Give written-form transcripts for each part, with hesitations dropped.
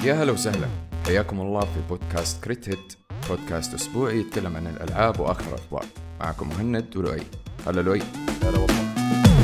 يا هلا وسهلا، حياكم الله في بودكاست كريت هيت، بودكاست أسبوعي يتكلم عن الألعاب وآخر الأخبار. معكم مهند ولؤي. هلا لؤي. هلا والله.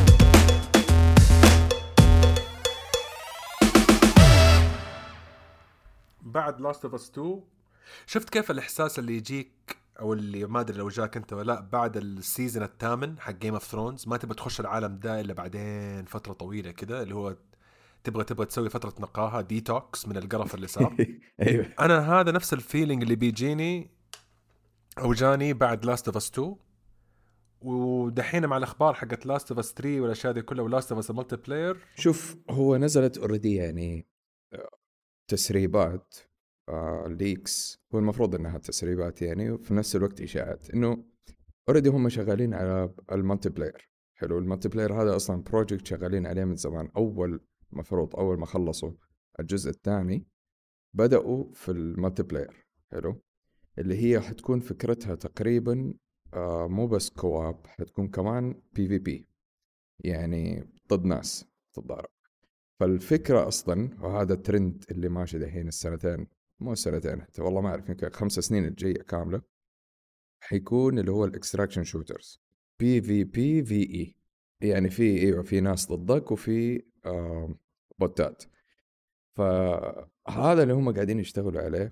بعد لاست اوف اس 2 شفت كيف الإحساس اللي يجيك أو اللي ما أدري لو جاك أنت ولا لا بعد السيزن الثامن حق جيم اوف ثرونز. ما تبغى تخش العالم ده إلا بعدين فترة طويلة كده، اللي هو تبغى تسوي فترة نقاهة ديتوكس من القرف اللي صار. أيوه، أنا هذا نفس الفيلينج اللي بيجيني أو جاني بعد لاست اوف اس 2، ودحين مع الأخبار حقت لاست اوف اس 3 والأشياء دي كلها ولاست اوف اس ملتي بلاير. شوف هو نزلت اوريدي يعني تسريبات ليكس. هو المفروض انها تسريبات يعني، وفي نفس الوقت اشاعات انه اوريدي هم شغالين على المالتي بلاير. حلو، المالتي بلاير هذا اصلا بروجكت شغالين عليه من زمان. مفروض اول ما خلصوا الجزء الثاني بدأوا في المالتي بلاير. حلو، اللي هي حتكون فكرتها تقريبا مو بس كواب، حتكون كمان بي في بي، يعني ضد ناس تتضارب. فالفكرة أصلا، وهذا الترند اللي ماشي دحين السنتين، مو سنتين حتى والله ما أعرف، يمكن 5 سنين الجاية كاملة، حيكون اللي هو الإكستراكشن شوترز، بي في بي في إي. يعني في ناس ضدك وفي بوتات. فهذا اللي هم قاعدين يشتغلوا عليه.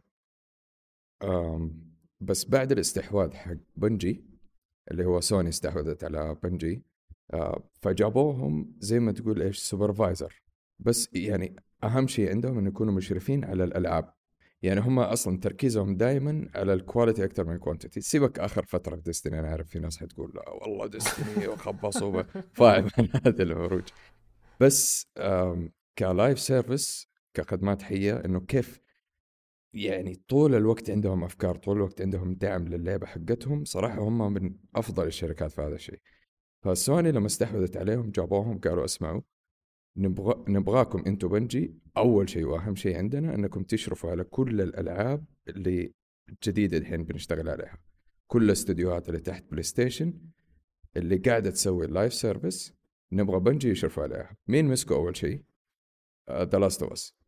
بس بعد الاستحواذ حق بنجي، اللي هو سوني استحوذت على بنجي، فجابوهم زي ما تقول ايش سوبرفايزر. بس يعني اهم شيء عندهم ان يكونوا مشرفين على الالعاب. يعني هم اصلا تركيزهم دائما على الكواليتي اكثر من الكوانتيتي. سيبك اخر فتره في ديستني، انا عارف في ناس حتقول لا والله ديستني وخبصوا فاهم هذه العروج. بس كلايف سيرفيس، كخدمات حيه، انه كيف يعني طول الوقت عندهم أفكار، طول الوقت عندهم دعم للعبة حقتهم. صراحة هم من أفضل الشركات في هذا الشيء. فسوني لما استحوذت عليهم جابوهم قالوا اسمعوا، نبغاكم انتوا بنجي أول شيء وأهم شيء عندنا أنكم تشرفوا على كل الألعاب اللي الجديدة الحين بنشتغل عليها. كل الاستديوهات اللي تحت بلاي ستيشن اللي قاعدة تسوي اللايف سيرفيس نبغى بنجي يشرفوا عليها. مين مسكوا أول شيء؟ The Last of Us.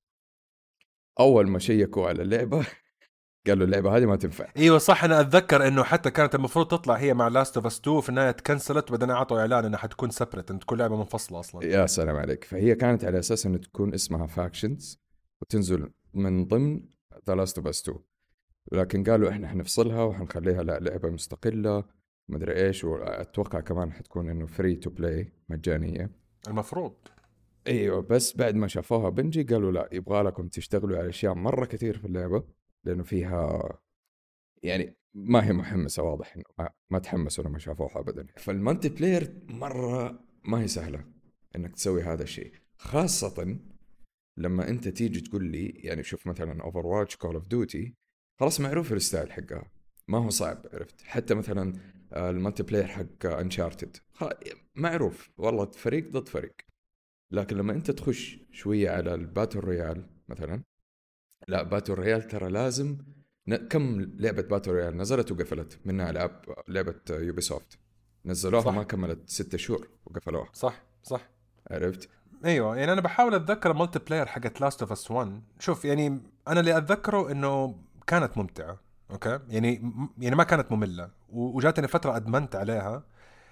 أول ما شيكوا على اللعبة قالوا اللعبة هذه ما تنفع. ايوه صح، انا اتذكر انه حتى كانت المفروض تطلع هي مع لاست اوف اس 2، في النهايه تكنسلت وبعدين اعطوا اعلان انها حتكون سيبريت، ان تكون لعبه منفصله اصلا. يا سلام عليك. فهي كانت على أساس أن تكون اسمها فاكشنز وتنزل من ضمن The Last of Us 2، لكن قالوا إحنا حنفصلها وحنخليها لعبة مستقلة مدري إيش. وأتوقع كمان حتكون إنه فري تو بلاي، مجانية المفروض. أيوة. بس بعد ما شافوها بنجي قالوا لا، يبغى لكم تشتغلوا على أشياء مرة كثير في اللعبة، لأنه فيها يعني ما هي محمسة. واضح إنه ما تحمسوا لما شافوها أبدا. فالمالتي بلاير مرة ما هي سهلة إنك تسوي هذا الشيء، خاصة لما أنت تيجي تقول لي يعني شوف مثلا Overwatch Call of Duty، خلاص معروف الستايل حقها، ما هو صعب. عرفت؟ حتى مثلا المالتي بلاير حق Uncharted معروف، والله فريق ضد فريق. لكن لما أنت تخش شوية على الباتل رويال مثلا، لا باتل رويال ترى لازم كم لعبة باتل رويال نزلت وقفلت منها ألعاب لعبة يوبي سوفت، نزلوها ما صح كملت 6 شهور وقفلوها. صح صح. عرفت؟ ايوه يعني انا بحاول اتذكر الملتي بلاير حقت لاست اوف اس 1. شوف يعني انا اللي اتذكره انه كانت ممتعه، اوكي يعني ما كانت ممله، وجاتني فتره ادمنت عليها.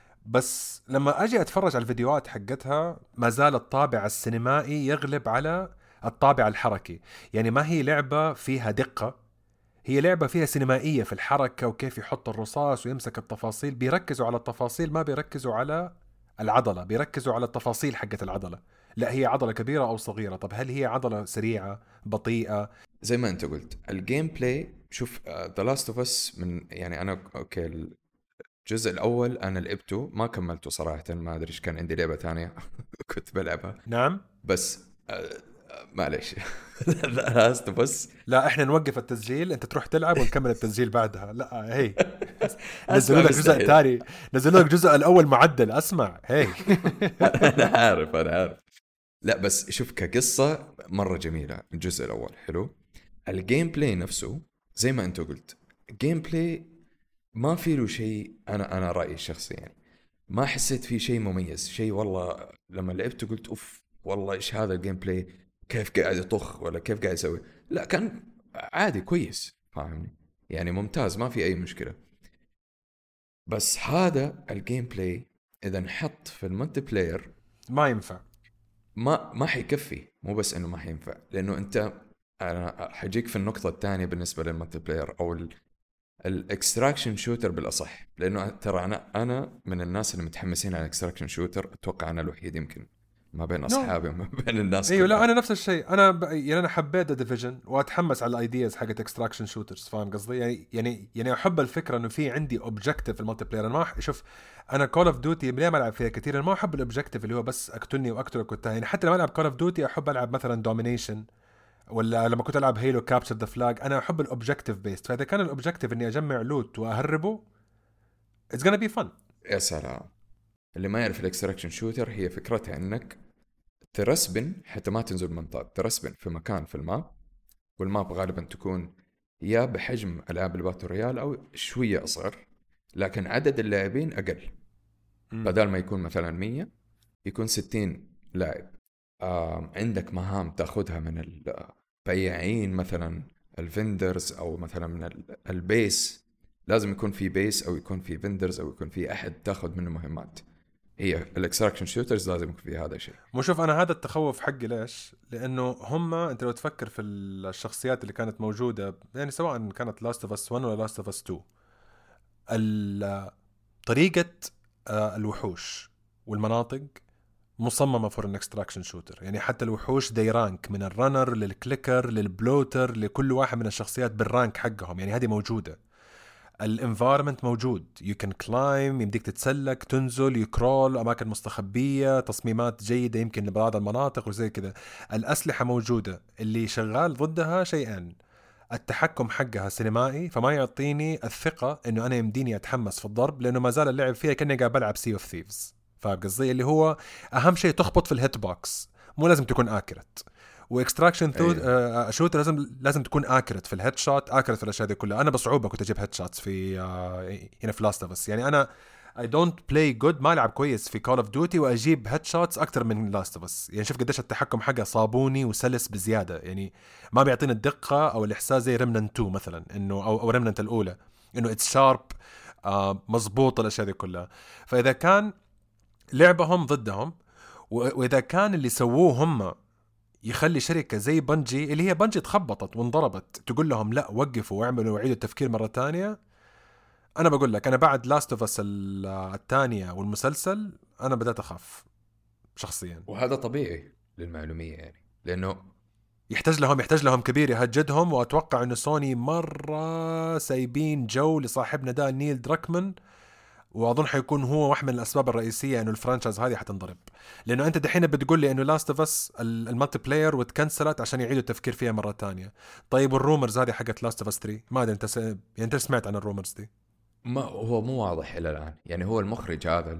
بس لما اجي اتفرج على الفيديوهات حقتها ما زال الطابع السينمائي يغلب على الطابع الحركي. يعني ما هي لعبه فيها دقه، هي لعبة فيها سينمائية في الحركة وكيف يحط الرصاص ويمسك التفاصيل. بيركزوا على التفاصيل، ما بيركزوا على العضلة، بيركزوا على التفاصيل حقت العضلة. لا هي عضلة كبيرة أو صغيرة، طب هل هي عضلة سريعة بطيئة؟ زي ما أنت قلت الجيم بلاي. شوف The Last of Us، من يعني أنا أوكي الجزء الأول أنا لعبته ما كملته صراحة، ما أدري إيش كان عندي لعبة تانية كنت بلعبها. نعم. بس معليش The Last of Us. لا احنا نوقف التسجيل، انت تروح تلعب ونكمل التسجيل بعدها. لا هي أسمع نزلوا لك جزء مستحيل. تاني، نزلوا لك جزء الأول معدل. أسمع هي أنا عارف. لا بس شوف كقصة مرة جميلة الجزء الأول حلو. الجيم بلاي نفسه زي ما أنت قلت، الجيم بلاي ما في له شيء. أنا رأيي الشخصي يعني ما حسيت فيه شيء مميز، شيء والله لما لعبته قلت أوف والله إيش هذا الجيم بلاي. كيف قاعد يطخ ولا كيف قاعد يسوي. لا كان عادي كويس فاهمني، يعني ممتاز ما في اي مشكله. بس هذا الجيم بلاي اذا نحط في الملتي بلاير ما ينفع. ما حيكفي. مو بس انه ما حينفع، لانه انت انا حجيك في النقطه الثانيه بالنسبه للملتي بلاير او الاكستراكشن شوتر بالاصح، لانه ترى انا من الناس اللي متحمسين على الاكستراكشن شوتر. اتوقع انا الوحيد يمكن ما بين اصحابي وما بين الناس ايوه لا كلها. انا نفس الشيء. انا يعني انا حبيت ديفيجن واتحمس على الايدياز حقت اكستراكشن شوترز، فاهم قصدي؟ يعني احب الفكره انه في عندي اوبجيكتيف في الملتي بلاير. انا ما شوف، انا كول اوف ديوتي ليه ما العب فيها كثير؟ انا ما احب الاوبجيكتيف اللي هو بس اقتلني واقتلك وانتهى. يعني حتى لما العب كول اوف ديوتي احب العب مثلا دومينيشن، ولا لما كنت العب هيلو كابتشر ذا فلاج انا احب الاوبجيكتيف بيست. فاذا كان الاوبجيكتيف اني اجمع لوت واهربه اتس gonna بي فن. يا سلام. اللي ما يعرف الاكستراكشن شوتر هي فكرتها انك ترسبن حتى ما تنزل منطقة، ترسبن في مكان في الماب، والماب غالبا تكون يا بحجم العاب الباتل ريال او شويه اصغر، لكن عدد اللاعبين اقل. بدل ما يكون مثلا 100 يكون 60 لاعب. عندك مهام تاخذها من البياعين مثلا، الفندرز، او مثلا من البيس. لازم يكون في بيس او يكون في فندرز او يكون في احد تاخذ منه مهمات. هي الاكستراكشن شوترز لازم يكون في هذا الشيء. مو شوف انا هذا التخوف حقي ليش؟ لانه هم انت لو تفكر في الشخصيات اللي كانت موجوده، يعني سواء كانت لاست اوف اس 1 ولا لاست اوف اس 2، طريقه الوحوش والمناطق مصممه فور ان اكستراكشن شوتر. يعني حتى الوحوش دي رانك، من الرنر للكليكر للبلوتر، لكل واحد من الشخصيات بالرانك حقهم، يعني هذه موجوده. الانفايرمنت موجود، يو كان كلايم، يمديك تتسلق تنزل يكرول، اماكن مستخبيه، تصميمات جيده يمكن لبعض المناطق وزي كذا. الاسلحه موجوده، اللي شغال ضدها شيئين: التحكم حقها سينمائي فما يعطيني الثقه انه انا يمديني اتحمس في الضرب، لانه ما زال اللعب فيها كاني قاعد بلعب سي اوف ثيفز. فاهم قصدي؟ اللي هو اهم شيء تخبط في الهيت بوكس، مو لازم تكون اكيرت. واكستراكشن شوت لازم تكون اكيرت في الهيد شوت، اكيرت في الاشياء دي كلها. انا بصعوبه كنت اجيب هيد شوتس في هنا في لاست اوف اس. يعني انا اي دونت بلاي جود، ما العب كويس في كول اوف ديوتي واجيب هيد شوتس اكثر من لاست اوف اس. يعني شوف قديش التحكم حقه صابوني وسلس بزياده، يعني ما بيعطيني الدقه او الاحساس زي ريمننت 2 مثلا، انه او ريمننت الاولى، انه اتس شارب مضبوط الاشياء دي كلها. فاذا كان لعبهم ضدهم، واذا كان اللي سووه هم يخلي شركة زي بنجي، اللي هي بنجي تخبطت وانضربت، تقول لهم لا وقفوا واعملوا وعيدوا التفكير مرة تانية، أنا بقول لك أنا بعد لاست اوف اس الثانية والمسلسل أنا بدأت أخاف شخصيا. وهذا طبيعي للمعلوميه يعني، لانه يحتاج لهم كبير يهجدهم. وأتوقع إنه سوني مرة سايبين جو لصاحبنا ده نيل دراكمان، واظن حيكون هو واحد من الاسباب الرئيسيه انه الفرانشايز هذه حتنضرب. لانه انت دحين بتقول لي انه لاست اوف اس المالتي بلاير وتكنسلت عشان يعيدوا التفكير فيها مره تانية. طيب الرومرز هذه حقت لاست اوف اس 3 ما ادري انت يعني انت سمعت عن الرومرز دي؟ ما هو مو واضح الى الان. يعني هو المخرج هذا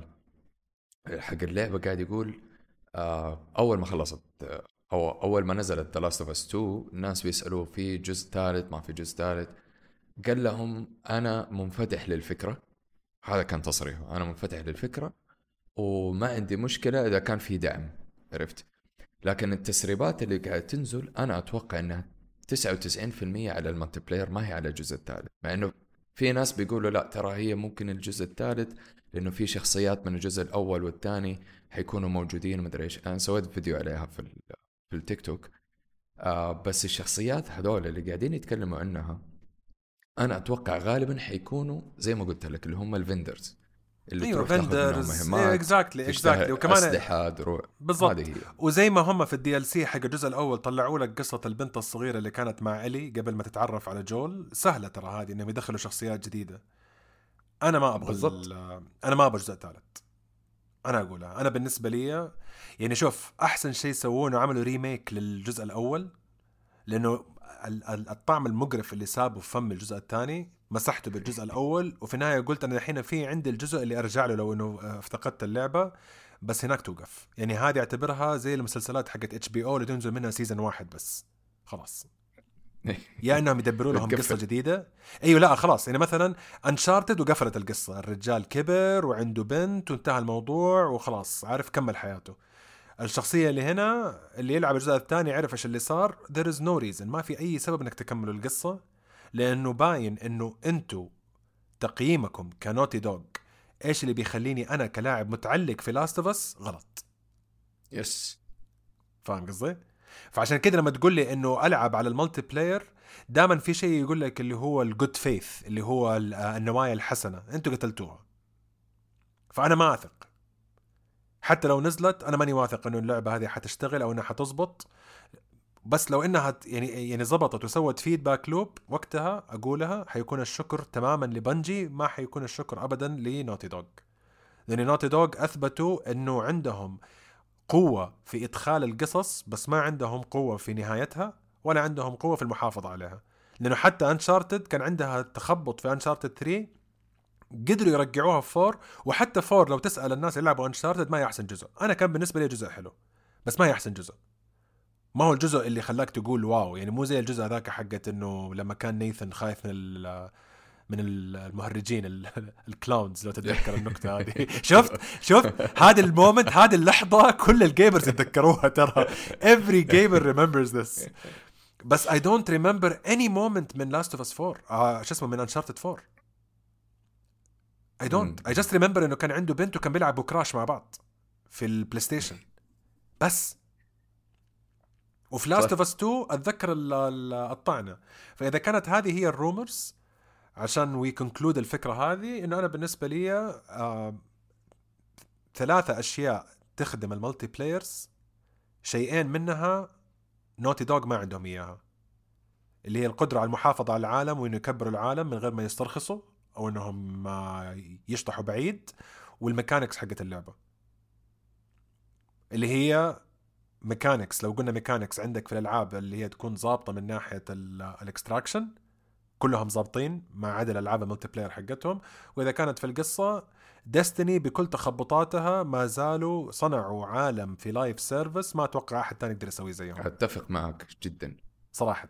حق اللعبه قاعد يقول اول ما خلصت او اول ما نزلت The Last of Us 2 الناس بيسالوه في جزء ثالث ما في جزء ثالث. قال لهم انا منفتح للفكره. هذا كان تصريحه: انا منفتح للفكره وما عندي مشكله اذا كان في دعم. عرفت؟ لكن التسريبات اللي قاعد تنزل انا اتوقع انها 99% على المالتي بلاير، ما هي على الجزء الثالث. مع انه في ناس بيقولوا لا ترى هي ممكن الجزء الثالث، لانه في شخصيات من الجزء الاول والثاني حيكونوا موجودين ومدري ايش. انا سويت فيديو عليها في التيك توك. بس الشخصيات هذول اللي قاعدين يتكلموا عنها انا اتوقع غالبا حيكونوا زي ما قلت لك اللي هم الفندرز، اللي ايوه تروح تاخذ منهم فندرز، مهمات، اكزاكتلي تشتري وكمان اسلحه، دروع. بالضبط. هذه هي. وزي ما هم في الدي ال سي حق الجزء الاول طلعوا لك قصه البنت الصغيره اللي كانت مع الي قبل ما تتعرف على جول، سهله ترى هذه انهم يدخلوا شخصيات جديده. انا ما ابغى بالضبط. انا ما ابغى جزء ثالث. انا اقولها انا بالنسبه لي، يعني شوف احسن شيء سووه عملوا ريميك للجزء الاول، لانه الطعم المقرف اللي سابه في فم الجزء الثاني مسحته بالجزء الاول. وفي النهايه قلت انا الحين في عندي الجزء اللي ارجع له لو انه افتقدت اللعبه، بس هناك توقف. يعني هذه اعتبرها زي المسلسلات حقت اتش بي او اللي تنزل منها سيزن واحد بس خلاص. يا انهم يدبروا لهم قصه جديده. ايوه لا خلاص، يعني مثلا انشارتد وقفلت القصه، الرجال كبر وعنده بنت وانتهى الموضوع وخلاص عارف كمل حياته. الشخصية اللي هنا اللي يلعب الجزء الثاني عرف ايش اللي صار. there is no reason، ما في اي سبب انك تكملوا القصة، لانه باين انه انتو تقييمكم كنوتي دوغ ايش اللي بيخليني انا كلاعب متعلق في لاست اوف اس غلط. يس فاهم قصدي؟ فعشان كده لما تقول لي انه العب على المالتي بلاير، دائما في شيء يقول لك اللي هو الجود فيث، اللي هو النوايا الحسنة، انتوا قتلتوها. فانا ما اثق، حتى لو نزلت انا ماني واثق انه اللعبة هذه حتشتغل او انها حتزبط. بس لو انها يعني زبطت وسوت فيدباك لوب، وقتها اقولها حيكون الشكر تماما لبنجي، ما حيكون الشكر ابدا لنوتي دوغ. لان نوتي دوغ اثبتوا انه عندهم قوة في ادخال القصص، بس ما عندهم قوة في نهايتها، ولا عندهم قوة في المحافظة عليها. لانه حتى انشارتد كان عندها تخبط في انشارتد 3، قدروا يرجعوها في 4. وحتى 4 لو تسأل الناس اللي لعبوا انشارتد ما يحسن جزء، انا كان بالنسبة لي جزء حلو بس ما يحسن جزء. ما هو الجزء اللي خلاك تقول واو، يعني مو زي الجزء ذاك حقت انه لما كان نيثن خايف من المهرجين الكلاونز، لو تتذكر النقطة هذه. شفت هذا المومنت، هذه اللحظة كل الجيمرز يتذكروها ترى. every gamer remembers this. بس I don't remember any moment من Last of Us 4 شو اسمه من Uncharted 4. I just remember انه كان عنده بنت وكان بيلعبوا كراش مع بعض في البلاي ستيشن بس. وفي لاست اوف اس 2 اتذكر الطعنه. فاذا كانت هذه هي الرومرز، عشان وي كونكلود الفكره هذه، انه انا بالنسبه لي 3 اشياء تخدم المالتي بلايرز، شيئين منها نوتي دوغ ما عندهم اياها، اللي هي القدره على المحافظه على العالم وانه يكبروا العالم من غير ما يسترخصوا او انهم يشطحوا بعيد، والميكانكس حقت اللعبه اللي هي ميكانكس. لو قلنا ميكانكس عندك في الالعاب اللي هي تكون ضابطه من ناحيه الاكستراكشن، كلهم ضابطين ما عدا الالعاب الملتي بلاير حقتهم. واذا كانت في القصه، ديستني بكل تخبطاتها ما زالوا صنعوا عالم في لايف سيرفيس ما اتوقع احد ثاني يقدر يسوي زيهم. اتفق معك جدا صراحه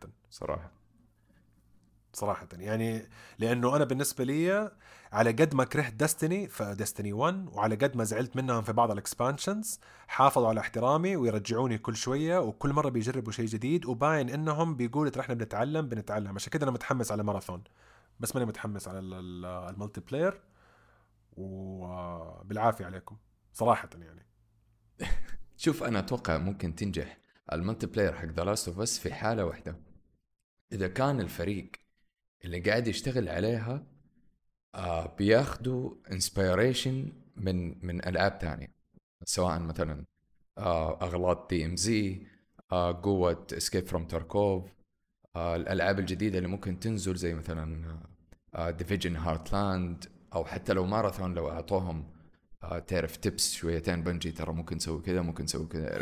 يعني، لانه انا بالنسبه لي على قد ما كرهت ديستني في ديستني 1، وعلى قد ما زعلت منهم في بعض الاكسبانشنز، حافظوا على احترامي ويرجعوني كل شويه، وكل مره بيجربوا شيء جديد، وباين انهم بيقولوا ترى احنا بنتعلم. عشان كده انا متحمس على ماراثون، بس ماني متحمس على الملتي بلاير. وبالعافيه عليكم صراحه يعني. شوف انا اتوقع ممكن تنجح الملتي بلاير حق ذا لاست اوف اس في حاله واحده، اذا كان الفريق اللي قاعد يشتغل عليها بياخدوا انسبيريشن من العاب تانية، سواء مثلا اغلاط دي ام زي، قوة اسكيب فروم تاركوف، الالعاب الجديدة اللي ممكن تنزل زي مثلا ديفيجن هارتلاند، او حتى لو ماراثون لو اعطوهم تعرف تيبس شويتين بنجي ترى ممكن نسوي كذا ممكن نسوي كذا.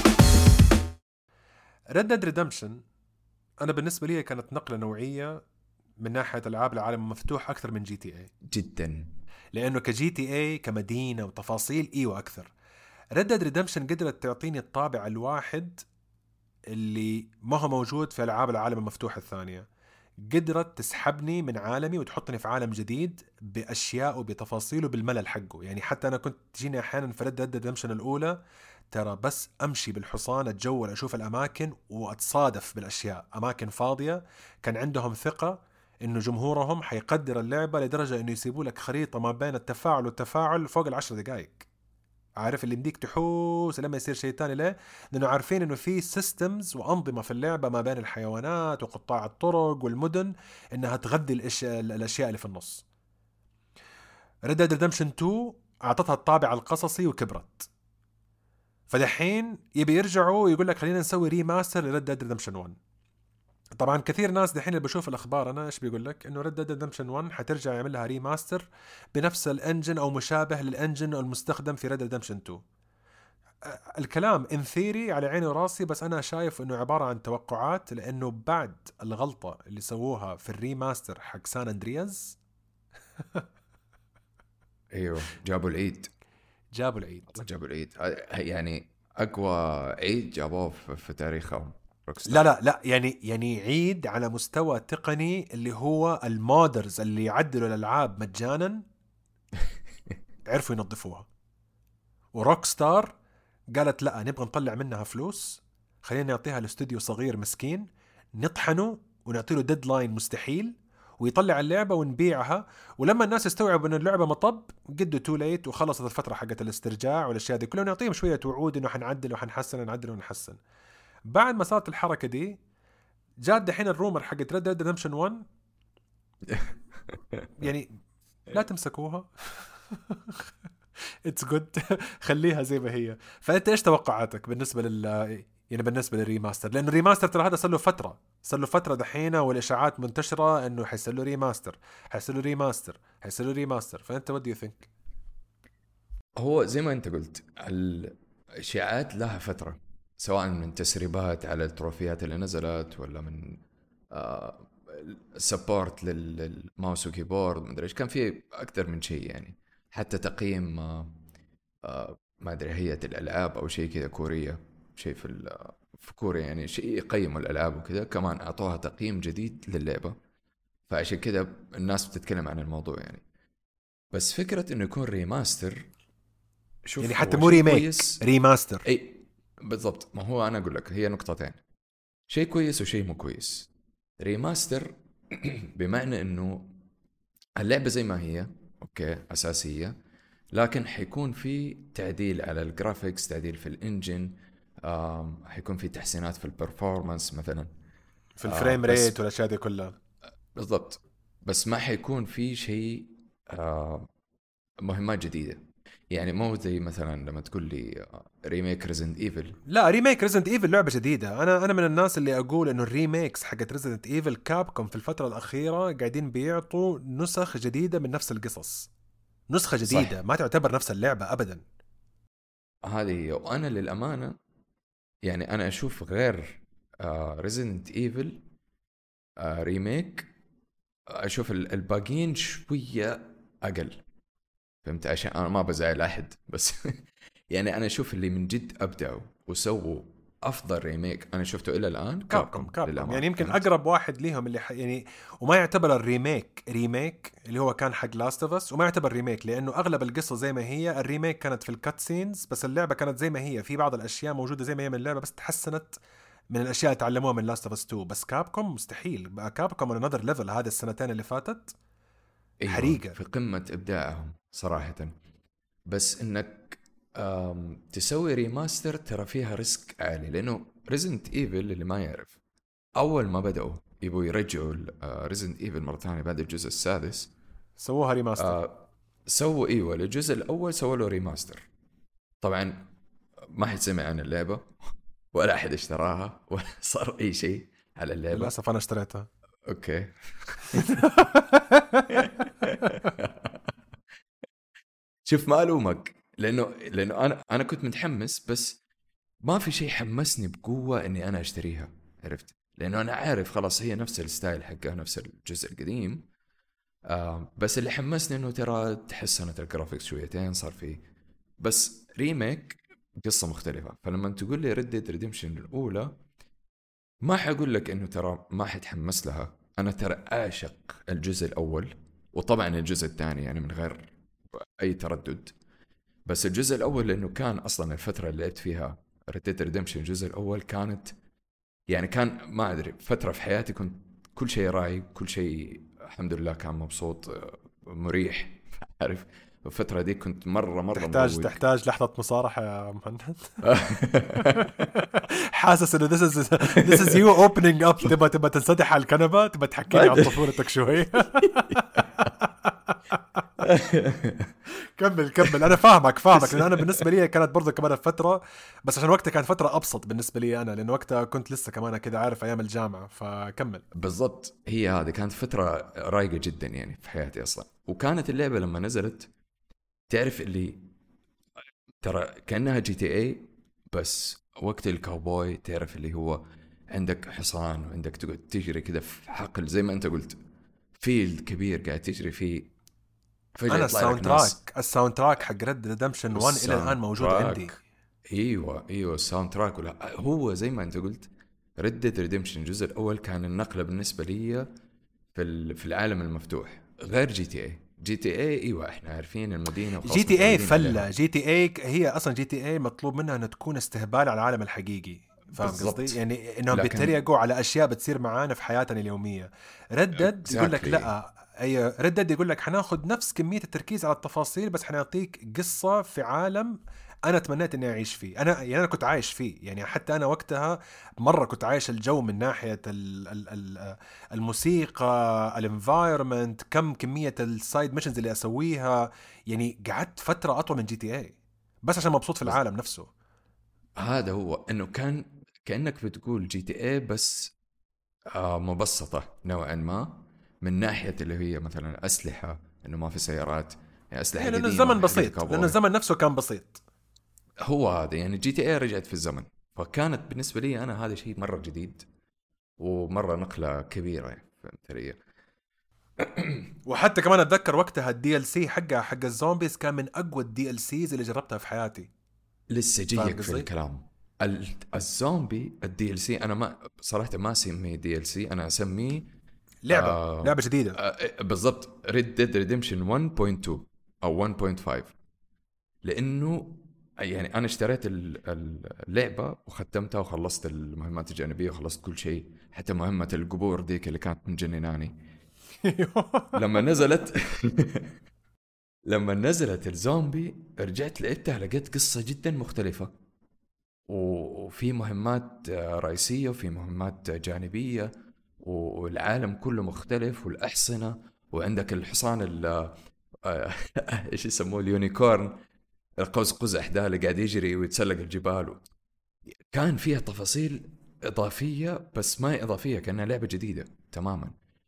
Red Dead Redemption انا بالنسبه لي كانت نقله نوعيه من ناحيه العاب العالم المفتوح اكثر من جي تي اي جدا، لانه كجي تي اي كمدينه وتفاصيل ايوه اكثر. Red Dead Redemption قدرت تعطيني الطابع الواحد اللي ما هو موجود في العاب العالم المفتوح الثانيه. قدرت تسحبني من عالمي وتحطني في عالم جديد باشياء وبتفاصيل وبالملل حقه. يعني حتى انا كنت تجيني احيانا في Red Dead Redemption الاولى ترى بس امشي بالحصان اتجول اشوف الاماكن واتصادف بالاشياء، اماكن فاضيه. كان عندهم ثقه انه جمهورهم حيقدر اللعبه لدرجه انه يسيبوا لك خريطه ما بين التفاعل والتفاعل فوق 10 دقائق. عارف اللي مديك تحوس لما يصير شيء تاني. ليه؟ لانه عارفين انه في سيستمز وانظمه في اللعبه ما بين الحيوانات وقطاع الطرق والمدن انها تغذي الاشياء اللي في النص. Red Dead Redemption 2 اعطتها الطابع القصصي وكبرت، فدحين يبي يرجعوا يقول لك خلينا نسوي ريماستر لريد ديد ريدمشن 1. طبعا كثير ناس دحين اللي بشوف الاخبار انا ايش بيقول لك انه ريد ديد ريدمشن 1 حترجع يعمل لها ريماستر بنفس الانجن او مشابه للانجن المستخدم في ريد ديد ريدمشن 2. الكلام ان ثيري على عيني وراسي، بس انا شايف انه عباره عن توقعات، لانه بعد الغلطه اللي سووها في الريماستر حق سان اندرياز ايوه جابوا العيد يعني اقوى عيد جابوه في تاريخهم. لا يعني عيد على مستوى تقني، اللي هو المودرز اللي يعدلوا الالعاب مجانا عرفوا ينظفوها. وروك ستار قالت لا نبغى نطلع منها فلوس، خلينا نعطيها لاستوديو صغير مسكين نطحنه ونعطي له ديدلاين مستحيل ويطلع اللعبة ونبيعها. ولما الناس استوعبوا ان اللعبة مطب قدوا تو ليت وخلصت الفترة حقت الاسترجاع والاشياء دي كلها، ونعطيهم شوية وعود انه حنعدل وحنحسن نعدل ونحسن. بعد ما صارت الحركة دي جات دحين الرومر حقت Red Dead Redemption 1 يعني لا تمسكوها اتس جود خليها زي ما هي. فانت ايش توقعاتك بالنسبه يعني بالنسبه للريماستر؟ لانه الريماستر ترى هذا صار له فتره دحين والاشاعات منتشره انه حيصير له ريماستر. فانت what do you think؟ هو زي ما انت قلت الاشاعات لها فتره، سواء من تسريبات على التروفيات اللي نزلت ولا من سبورت للماوس وكيبورد، ما ادري ايش، كان في اكثر من شيء يعني. حتى تقييم ما ادري هيئه الالعاب او شيء كذا كوريه، شيء في كوريا يعني، شيء يقيموا الالعاب وكذا، كمان اعطوها تقييم جديد للعبه. فعشان كذا الناس بتتكلم عن الموضوع يعني. بس فكره انه يكون ريماستر، شوف يعني حتى مو ريميك، ريماستر. اي بالضبط، ما هو انا اقول لك هي نقطتين، شيء كويس وشيء مو كويس. ريماستر بمعنى انه اللعبه زي ما هي اوكي اساسيه، لكن حيكون في تعديل على الجرافيكس، تعديل في الانجن، حيكون في تحسينات في البرفورمانس مثلا، في الفريم ريت والاشياء دي كلها. بالضبط. بس ما حيكون في شيء مهمات جديده. يعني مو زي مثلا لما تقول لي ريميك ريزنت ايفل. لا ريميك ريزنت ايفل لعبه جديده. انا من الناس اللي اقول انه الريميكس حقت ريزنت ايفل كابكوم في الفتره الاخيره قاعدين بيعطوا نسخ جديده من نفس القصص، نسخه جديده صح. ما تعتبر نفس اللعبه ابدا. هذه وانا للامانه يعني انا اشوف غير ريزنت ايفل ريميك، اشوف الباقيين شويه اقل، فهمت؟ عشان انا ما بزعل احد بس يعني انا اشوف اللي من جد ابدعوا وسووا افضل ريميك انا شفته الى الان كابكوم يعني يمكن اقرب واحد ليهم اللي يعني وما يعتبر الريميك اللي هو كان حق لاست اوف اس، وما يعتبر ريميك لانه اغلب القصه زي ما هي. الريميك كانت في الكات سينز بس اللعبه كانت زي ما هي، في بعض الاشياء موجوده زي ما هي من اللعبه بس تحسنت من الاشياء اللي تعلموها من لاست اوف اس 2. بس كابكوم مستحيل، كابكوم on another level هذه السنتين اللي فاتت. أيوة حريقه في قمه ابداعهم صراحه. بس انك تسوي ريماستر ترى فيها ريسك عالي، لانه ريزنت ايفل اللي ما يعرف اول ما بدأوا يبوا يرجعوا ريزنت ايفل مرة ثانية بعد الجزء السادس سووها ريماستر. سووا ايوه للجزء الاول سووا له ريماستر. طبعا ما حد سمع عن اللعبة ولا احد اشتراها ولا صار اي شيء على اللعبة. للاسف انا اشتريتها. اوكي شوف ما الومك، لانه انا كنت متحمس، بس ما في شيء حمسني بقوة اني انا اشتريها، عرفت؟ لانه انا عارف خلاص هي نفس الستايل حقها نفس الجزء القديم. بس اللي حمسني انه ترى تحسنت الجرافيكس شويتين، صار فيه بس ريميك قصة مختلفة. فلما تقول لي Red Dead Redemption الأولى ما حقول لك انه ترى ما حتحمس لها، انا ترى اعشق الجزء الاول وطبعا الجزء الثاني يعني من غير اي تردد. بس الجزء الاول لانه كان اصلا الفترة اللي لعبت فيها Red Dead Redemption الجزء الاول كانت يعني كان ما ادري فترة في حياتي كنت كل شيء رايق، كل شيء الحمد لله كان مبسوط مريح، عارف؟ الفترة دي كنت مرة تحتاج لحظة مصارحة يا مهند. حاسس انه this is you opening up. تبى تنسدح على الكنبة، تبى تحكيني عن طفولتك شوي. كمل انا فاهمك لان انا بالنسبه لي كانت برضه كمان الفتره، بس عشان وقتها كانت فتره ابسط بالنسبه لي انا، لان وقتها كنت لسه كمان كده عارف ايام الجامعه. فكمل. بالضبط، هي هذه كانت فتره رايقه جدا يعني في حياتي اصلا. وكانت اللعبه لما نزلت تعرف اللي ترى كانها جي تي اي بس وقت الكاوبوي، تعرف اللي هو عندك حصان وعندك تقعد تجري كده في حقل زي ما انت قلت، فيلد كبير قاعد تجري فيه. انا الساوند تراك حق ريد ريدمشن 1 الى الان موجود عندي. ايوه الساوند تراك هو زي ما انت قلت ريد ديد ريدمشن الجزء الاول كان النقله بالنسبه لي في العالم المفتوح غير جي تي اي جي تي اي ايوه احنا عارفين المدينه جي تي اي فله، جي تي اي هي اصلا جي تي اي مطلوب منها انها تكون استهبال على العالم الحقيقي، فاهم قصدي؟ يعني انهم بيتريقوا على اشياء بتصير معانا في حياتنا اليوميه. ردد يقول لك لا، اي ردد يقول لك حناخذ نفس كميه التركيز على التفاصيل بس حنعطيك قصه في عالم انا تمنيت اني اعيش فيه. انا كنت عايش فيه، يعني حتى انا وقتها مره كنت عايش الجو من ناحيه الموسيقى، الانفايرمنت، كميه السايد ميشنز اللي اسويها. يعني قعدت فتره اطول من جي تي اي بس عشان مبسوط في العالم نفسه. هذا هو انه كان كانك بتقول جي تي اي بس مبسطه نوعا ما، من ناحيه اللي هي مثلا اسلحه، انه ما في سيارات، يعني اسلحه لأن قديمه الزمن بسيط، لأن الزمن نفسه كان بسيط. هو هذا يعني جي تي اي رجعت في الزمن، فكانت بالنسبه لي انا هذا شيء مره جديد ومره نقله كبيره يعني، فهمت علي؟ وحتى كمان اتذكر وقتها الدي ال سي حقها حق الزومبيز كان من اقوى الدي ال سيز اللي جربتها في حياتي. لسه جيك في الكلام. الزومبي الدي ال سي انا ما صراحه ما اسميه دي ال سي، انا اسميه لعبه جديده. بالضبط ريد ديد ريديمشن 1.2 او 1.5، لانه يعني انا اشتريت اللعبه وختمتها وخلصت المهمات الجانبيه وخلصت كل شيء، حتى مهمه القبور ديك اللي كانت مجنناني. لما نزلت لما نزلت الزومبي رجعت لعبتها، لقيت قصه جدا مختلفه، وفي مهمات رئيسيه وفي مهمات جانبيه، والعالم كله مختلف، والأحصنة، وعندك الحصان ايش يسموه، اليونيكورن، القوس قزح ده اللي قاعد يجري ويتسلق الجبال. كان فيها تفاصيل إضافية بس ما إضافية، كأنها لعبة جديدة تماما.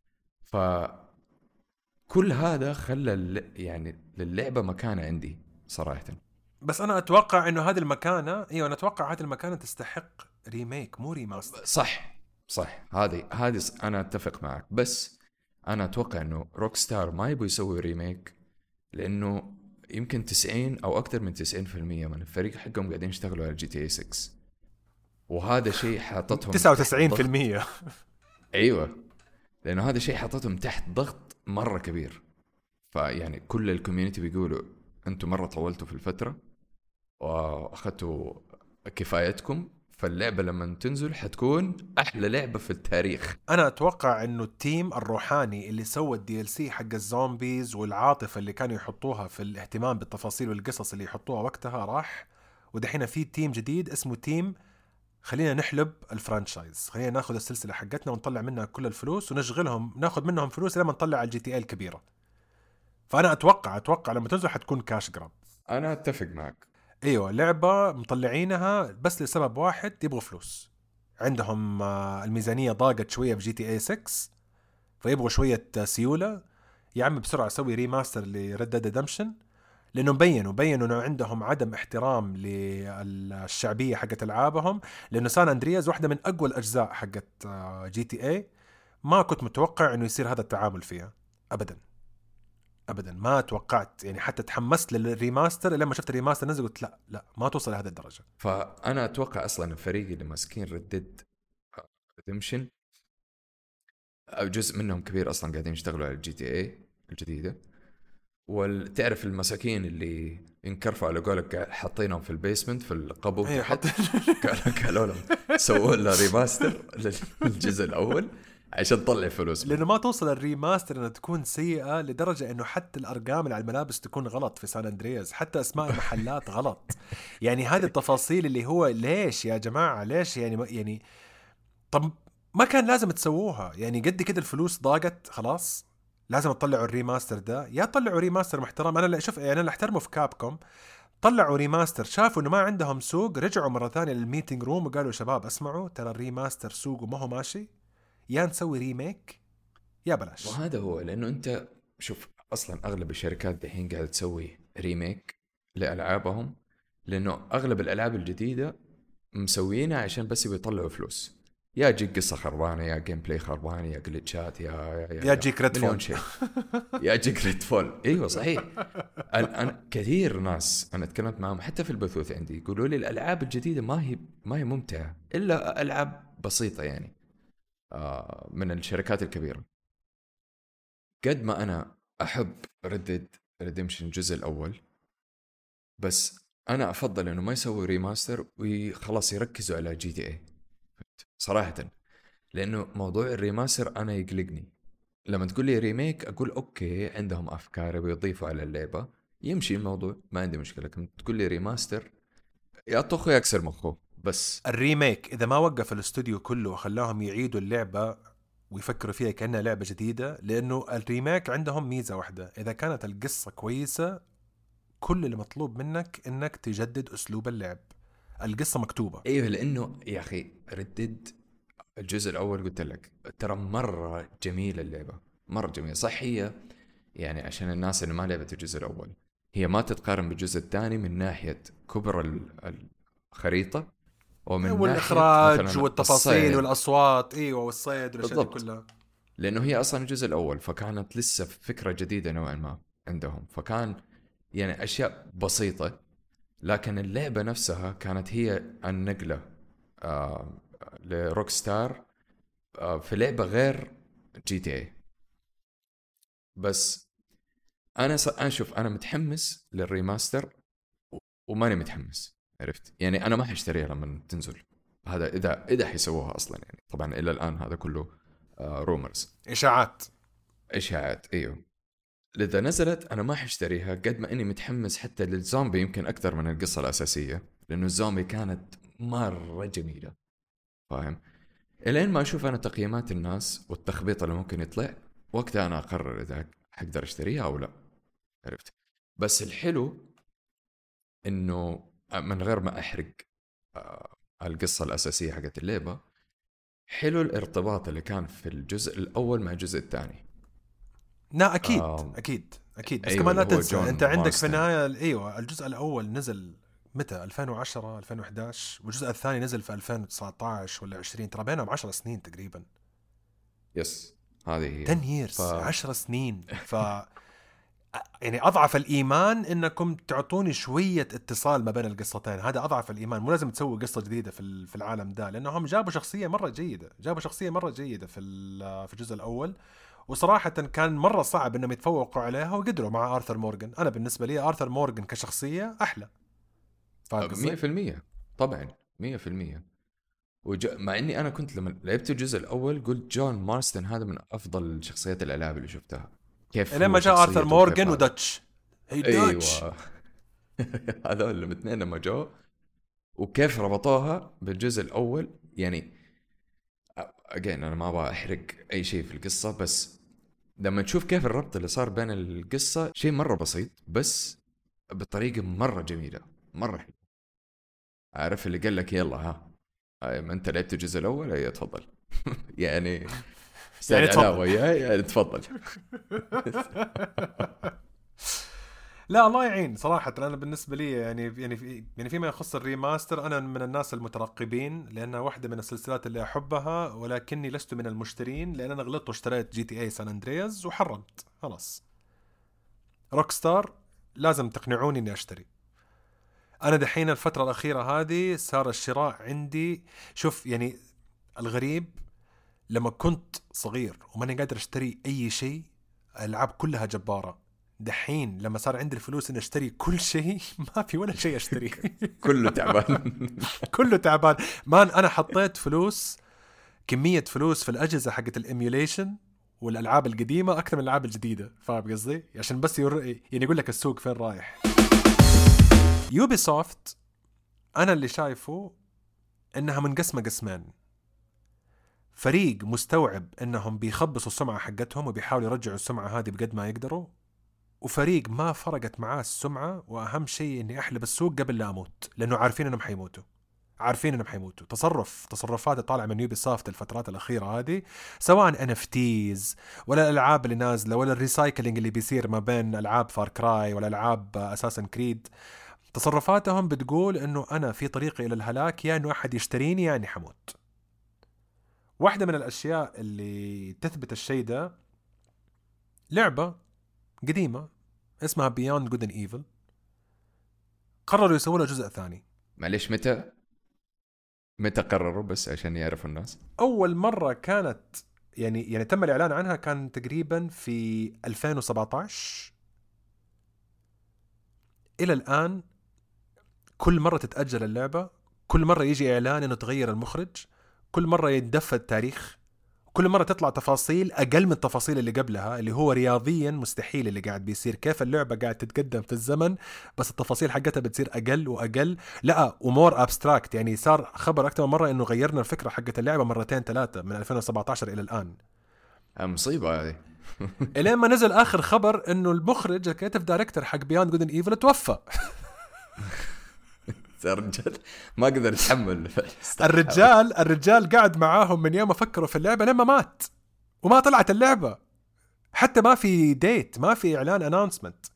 فكل هذا خلى يعني للعبة مكانة عندي صراحة. بس أنا أتوقع إنه هذه المكانة، أنا أتوقع هذه المكانة تستحق ريميك مو ريماستر. صح هذه أنا أتفق معك، بس أنا أتوقع إنه روك ستار ما يبغوا يسوي ريميك، لأنه يمكن 90 أو أكثر من 90% من الفريق حقهم قاعدين يشتغلوا على جي تي اي 6، وهذا شيء حاطتهم 99%. أيوة، لأنه هذا شيء حاطتهم تحت ضغط مرة كبير. فيعني كل الكوميونتي بيقولوا أنتم مرة طولتوا في الفترة وأخذتوا كفايتكم، فاللعبة لما تنزل حتكون أحلى لعبة في التاريخ. أنا أتوقع إنه التيم الروحاني اللي سوى الدي ال سي حق الزومبيز والعاطفة اللي كانوا يحطوها في الاهتمام بالتفاصيل والقصص اللي يحطوها وقتها راح، ودحين في تيم جديد اسمه تيم خلينا نحلب الفرانشايز، خلينا ناخذ السلسلة حقتنا ونطلع منها كل الفلوس ونشغلهم، ناخذ منهم فلوس لما نطلع على الجي تي اي الكبيرة. فأنا أتوقع لما تنزل حتكون كاش جراب. أنا أتفق معك. ايوه لعبة مطلعينها بس لسبب واحد، يبغوا فلوس. عندهم الميزانية ضاقت شوية في جي تي اي 6، فيبغوا شوية سيولة. يا عم بسرعة سوي ريماستر لريد ديد ريدمشن، لانه بينوا انه عندهم عدم احترام للشعبية حقت العابهم. لانه سان اندرياز واحدة من اقوى الاجزاء حقت جي تي اي، ما كنت متوقع انه يصير هذا التعامل فيها ابدا. ما توقعت، يعني حتى تحمست للريماستر لما شفت الريماستر نزل قلت لا ما توصل لهذه الدرجه. فانا اتوقع اصلا الفريق اللي ماسكين ريد ريدمشن جزء منهم كبير اصلا قاعدين يشتغلوا على الجي تي اي الجديده، وتعرف المساكين اللي ينكرفوا على قولك حاطينهم في البيسمنت في القبو تحت، قالوا لهم سووا لنا ريماستر للجزء الاول عشان تطلع فلوس، لانه ما توصل الريماستر انها تكون سيئه لدرجه انه حتى الارقام اللي على الملابس تكون غلط في سان اندرياز، حتى اسماء المحلات غلط. يعني هذه التفاصيل اللي هو ليش يا جماعه ليش؟ يعني طب ما كان لازم تسووها، يعني قد كده الفلوس ضاقت خلاص لازم تطلعوا الريماستر ده، يا طلعوا ريماستر محترم. انا شوف يعني انا اللي احترمه في كابكوم، طلعوا ريماستر، شافوا انه ما عندهم سوق، رجعوا مره ثانيه للميتنج روم وقالوا شباب اسمعوا ترى الريماستر سوقه ما هو ماشي، يا نسوي ريميك يا بلاش. وهذا هو، لانه انت شوف اصلا اغلب الشركات دحين قاعده تسوي ريميك لالعابهم، لانه اغلب الالعاب الجديده مسوينها عشان بس يطلعوا فلوس، يا جيك قصه خربانه، يا جيم بلاي خربانه، يا جلتشات، يا جيك ريد فول شيء يا جيك ريد فول. ايوه صحيح. انا كثير ناس انا تكلمت معهم حتى في البثوث عندي يقولوا لي الالعاب الجديده ما هي ممتعه الا العاب بسيطه يعني من الشركات الكبيره. قد ما انا احب ردد ريديمشن الجزء الاول، بس انا افضل انه ما يسوي ريماستر وخلاص يركزوا على جي تي اي صراحه. لانه موضوع الريماستر انا يقلقني. لما تقول لي ريميك اقول اوكي عندهم افكار ويضيفوا على اللعبه، يمشي الموضوع ما عندي مشكله. لكن تقول لي ريماستر يا طخه يكسر مخه. بس الريميك اذا ما وقف الاستوديو كله وخلاهم يعيدوا اللعبه ويفكروا فيها كأنها لعبة جديدة، لأنه الريميك عندهم ميزة واحدة، إذا كانت القصة كويسة كل اللي مطلوب منك إنك تجدد أسلوب اللعب. القصة مكتوبة. ايوه، لانه يا اخي ردد الجزء الاول قلت لك ترى مره جميله اللعبه، مره جميله. صح هي يعني عشان الناس اللي ما لعبت الجزء الاول، هي ما تتقارن بالجزء الثاني من ناحيه كبر الخريطه، ومن ناحيه والإخراج مثلا والتفاصيل الصيد. والأصوات أيوة والصيد والأشياء دي بالضبط، كلها. لانه هي اصلا الجزء الاول فكانت لسه فكره جديده نوعا ما عندهم، فكان يعني اشياء بسيطه. لكن اللعبه نفسها كانت هي النقله لروك ستار في لعبه غير جي تي اي. بس انا شوف انا متحمس للريماستر وماني متحمس، عرفت يعني. انا ما حاشتريها لما تنزل، هذا اذا حيسووها اصلا يعني. طبعا الى الان هذا كله رومرز، إشاعات. اشاعات. ايوه، اذا نزلت انا ما حاشتريها قد ما اني متحمس حتى للزومبي، يمكن اكثر من القصه الاساسيه، لانه الزومبي كانت مره جميله، فاهم. الين ما اشوف انا تقييمات الناس والتخبيط اللي ممكن يطلع، وقتها انا اقرر اذا حقدر اشتريها او لا، عرفت. بس الحلو انه من غير ما احرق القصه الاساسيه حقت اللعبه، حلو الارتباط اللي كان في الجزء الاول مع الجزء الثاني. لا أكيد أكيد بس ايوه، كمان لا اللي هو تنسى جون أنت عندك في مارستن. النهاية أيوة الجزء الأول نزل متى 2010 2011 والجزء الثاني نزل في 2019 ولا 20، ترى بينهم 10 سنين تقريبا. يس، هذه هي. 10 ف years 10 سنين. يعني اضعف الايمان انكم تعطوني شويه اتصال ما بين القصتين، هذا اضعف الايمان. مو لازم تسوي قصه جديده في العالم ده، لانهم جابوا شخصيه مره جيده، في الجزء الاول. وصراحه كان مره صعب انهم يتفوقوا عليها وقدروا مع ارثر مورغان. انا بالنسبه لي ارثر مورغان كشخصيه احلى، فاهم قصدي؟ 100% طبعا 100%. مع اني انا كنت لما لعبت الجزء الاول قلت جون مارستن هذا من افضل شخصيات الالعاب اللي شفتها. كيف لما هو جاء ارثر شخصيته وكيف مورغان هذا. وداتش، هي داتش. ايوه. هذول الاثنين لما جو وكيف ربطوها بالجزء الاول يعني. اجين انا ما ابغى احرق اي شيء في القصه، بس لما تشوف كيف الربط اللي صار بين القصه، شيء مره بسيط بس بطريقه مره جميله، مره حلوه. عارف اللي قال لك يلا ها، ما انت لعبت الجزء الاول، اي تفضل. يعني يعني استاذ تفضل. علاوه يعني تفضل. لا الله يعين صراحة. أنا بالنسبة لي يعني فيما يخص الريماستر أنا من الناس المترقبين، لأنها واحدة من السلسلات اللي أحبها، ولكني لست من المشترين لأن أنا غلطت واشتريت جي تي اي سان اندرياز وحرمت خلاص. روك ستار لازم تقنعوني إني أشتري. أنا دحين الفترة الأخيرة هذه صار الشراء عندي، شوف يعني الغريب، لما كنت صغير وماني قادر أشتري أي شيء، الألعاب كلها جبارة. دحين لما صار عندي الفلوس إن أشتري كل شيء ما في ولا شيء أشتري. كله تعبان. كله تعبان. مان أنا حطيت فلوس، كمية فلوس في الأجهزة حقت الإيميوليشن والألعاب القديمة أكثر من الألعاب الجديدة، فاهم قصدي؟ عشان بس يعني يقول لك السوق فين رايح. يوبي سوفت أنا اللي شايفه إنها منقسمة قسمين. فريق مستوعب إنهم بيخبصوا السمعة حقتهم وبيحاولوا يرجعوا السمعة هذه بقد ما يقدروا، وفريق ما فرقت معاه السمعة، وأهم شيء إني أحلب السوق قبل لا أموت، لأنه عارفين إنهم حيموتوا. تصرفات طالعة من يوبي سوفت الفترات الأخيرة هذه، سواء NFTs ولا الألعاب اللي نازلة ولا الريسايكلينج اللي بيصير ما بين ألعاب فار كراي ولا ألعاب أساسن كريد، تصرفاتهم بتقول إنه أنا في طريقي إلى الهلاك، يا إنه أحد يشتريني يا إني حموت. واحدة من الأشياء اللي تثبت الشيء ده لعبة قديمة اسمها Beyond Good and Evil، قرروا يسووا لها جزء ثاني. معليش، متى قرروا؟ بس عشان يعرفوا الناس. أول مرة كانت يعني تم الاعلان عنها كان تقريبا في 2017. الى الان كل مره تتاجل اللعبه، كل مره يجي اعلان انه تغير المخرج، كل مره يتدفى التاريخ، كل مرة تطلع تفاصيل أقل من التفاصيل اللي قبلها، اللي هو رياضيا مستحيل اللي قاعد بيصير. كيف اللعبة قاعد تتقدم في الزمن بس التفاصيل حقتها بتصير أقل وأقل. لا ومور أبستراكت، يعني صار خبر أكثر من مرة إنه غيرنا الفكرة حقت اللعبة مرتين ثلاثة من 2017 إلى الآن. مصيبة هذه. إلين ما نزل آخر خبر إنه المخرج الكريتيف دايركتور حق بياند جود اند ايفل توفى. الرجال ما قدر يتحمل. الرجال قاعد معاهم من يوم ما فكروا في اللعبة لما مات، وما طلعت اللعبة حتى، ما في ديت، ما في إعلان أناونسمنت.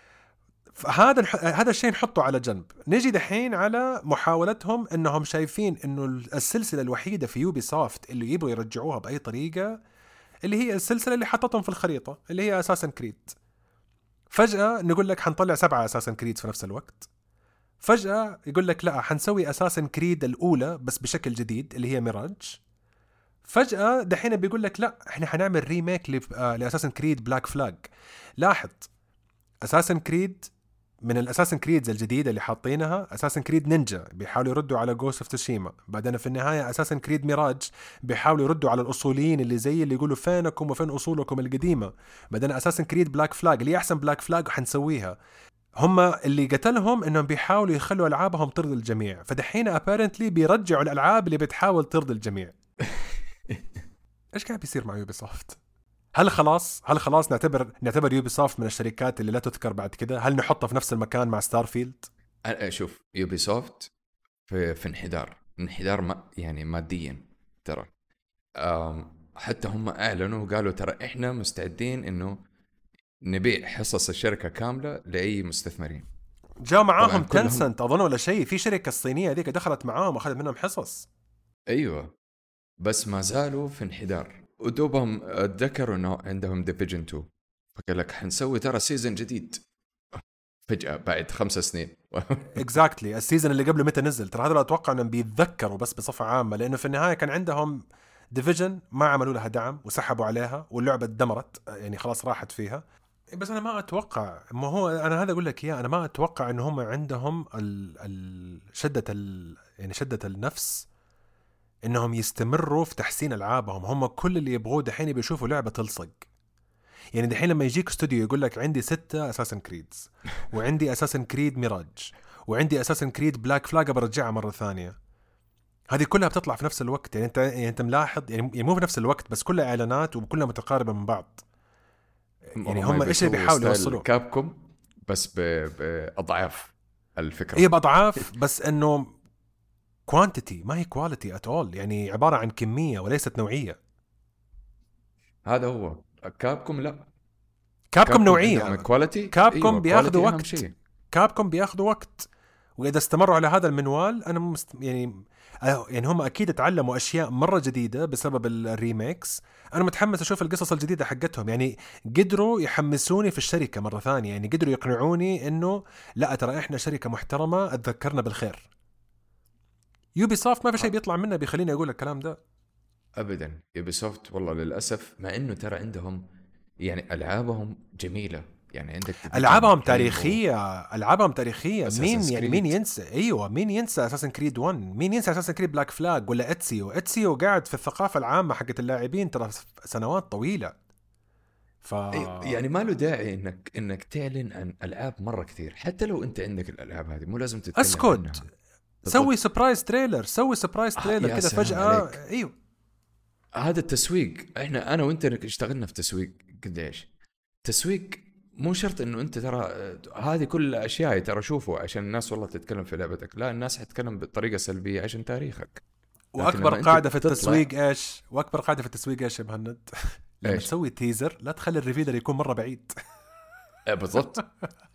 هذا الشيء نحطه على جنب. نجي دحين على محاولتهم انهم شايفين انه السلسله الوحيده في يوبي سوفت اللي يبغوا يرجعوها باي طريقه اللي هي السلسله اللي حطتهم في الخريطه اللي هي اساسن كريد. فجاه نقول لك حنطلع 7 اساسن كريد في نفس الوقت، فجاه يقول لك لا حنسوي اساسن كريد الاولى بس بشكل جديد اللي هي ميراج. فجاه دحين بيقول لك لا احنا حنعمل ريميك لاساسن كريد بلاك فلاج. لاحظ، اساسن كريد من الاساسن كريدز الجديده اللي حاطينها اساسن كريد نينجا بيحاولوا يردوا على جوست اوف تسوشيما، بعدين في النهايه اساسن كريد ميراج بيحاولوا يردوا على الاصوليين اللي زي اللي يقولوا فينكم وفين اصولكم القديمه، بعدين اساسن كريد بلاك فلاج اللي احسن بلاك فلاج حنسويها. هم اللي قتلهم انهم بيحاولوا يخلوا العابهم ترضي الجميع، فدحين ابارنتلي بيرجعوا الالعاب اللي بتحاول ترضي الجميع. ايش قاعد بيصير مع يوبي سوفت؟ هل خلاص نعتبر يوبي سوفت من الشركات اللي لا تذكر بعد كده؟ هل نحطها في نفس المكان مع ستارفيلد؟ شوف يوبي سوفت في انحدار يعني ماديا ترى. حتى هم اعلنوا وقالوا ترى احنا مستعدين انه نبيع حصص الشركة كاملة لأي مستثمرين. جاء معاهم تنسنت أظن ولا شيء، في شركة الصينية ذيك دخلت معاهم وأخذت منهم حصص. أيوة بس ما زالوا في انحدار، ودوبهم اتذكروا انه عندهم ديفيجن 2 فقال لك حنسوي ترى سيزن جديد فجأة بعد 5 سنين. اكزاكتلي السيزن اللي قبله متى نزل؟ ترى هذول اتوقع انهم بيتذكروا بس بصفة عامة، لانه في النهاية كان عندهم ديفيجن ما عملوا لها دعم وسحبوا عليها واللعبة اتدمرت، يعني خلاص راحت فيها. بس انا ما اتوقع، ما هو انا هذا اقول لك اياه، انا ما اتوقع ان هم عندهم شدة النفس انهم يستمروا في تحسين العابهم. هم كل اللي يبغوه دحين بيشوفوا لعبة تلصق. يعني دحين لما يجيك استوديو يقول لك عندي 6 اساسن كريدز وعندي اساسن كريد ميراج وعندي اساسن كريد بلاك فلاج برجعها مرة ثانية، هذه كلها بتطلع في نفس الوقت. يعني انت ملاحظ، يعني مو في نفس الوقت بس كلها اعلانات وكلها متقاربة من بعض. يعني هم ايش اللي بيحاولوا يوصلوا؟ كابكم بس باضعاف الفكرة. هي باضعاف بس انه كوانتيتي ما هي كواليتي ات اول، يعني عبارة عن كمية وليست نوعية. هذا هو كابكم. لا كابكم نوعية، كابكم بياخذوا وقت، كابكم بياخذوا وقت. واذا استمروا على هذا المنوال انا يعني هم اكيد اتعلموا اشياء مرة جديدة بسبب الريميكس. انا متحمس اشوف القصص الجديدة حقتهم، يعني قدروا يحمسوني في الشركة مرة ثانية، يعني قدروا يقنعوني انه لا ترى احنا شركة محترمة اتذكرنا بالخير. يوبي سوفت ما في شيء بيطلع منها بيخليني اقول الكلام ده ابدا. يوبي سوفت والله للاسف، مع انه ترى عندهم يعني العابهم جميله، يعني عندك العابهم تاريخيه مين ينسى؟ ايوه مين ينسى اساسن كريد 1؟ مين ينسى اساسن كريد بلاك فلاج ولا اتسيو قاعد في الثقافه العامه حقت اللاعبين ترى سنوات طويله. يعني ما له داعي انك تعلن عن العاب مره كثير، حتى لو انت عندك الالعاب هذه مو لازم تتكلم عنها. سوي سبرايز تريلر كذا فجاه. ايوه هذا التسويق. انا وانت اشتغلنا في تسويق قديش. تسويق مو شرط انه انت ترى هذه كل اشياء ترى شوفوا عشان الناس والله تتكلم في لعبتك، لا الناس حتتكلم بطريقه سلبيه عشان تاريخك. واكبر قاعده في التسويق ايش؟ يا مهند؟ لما تسوي تيزر لا تخلي الريفيلر يكون مره بعيد. بالضبط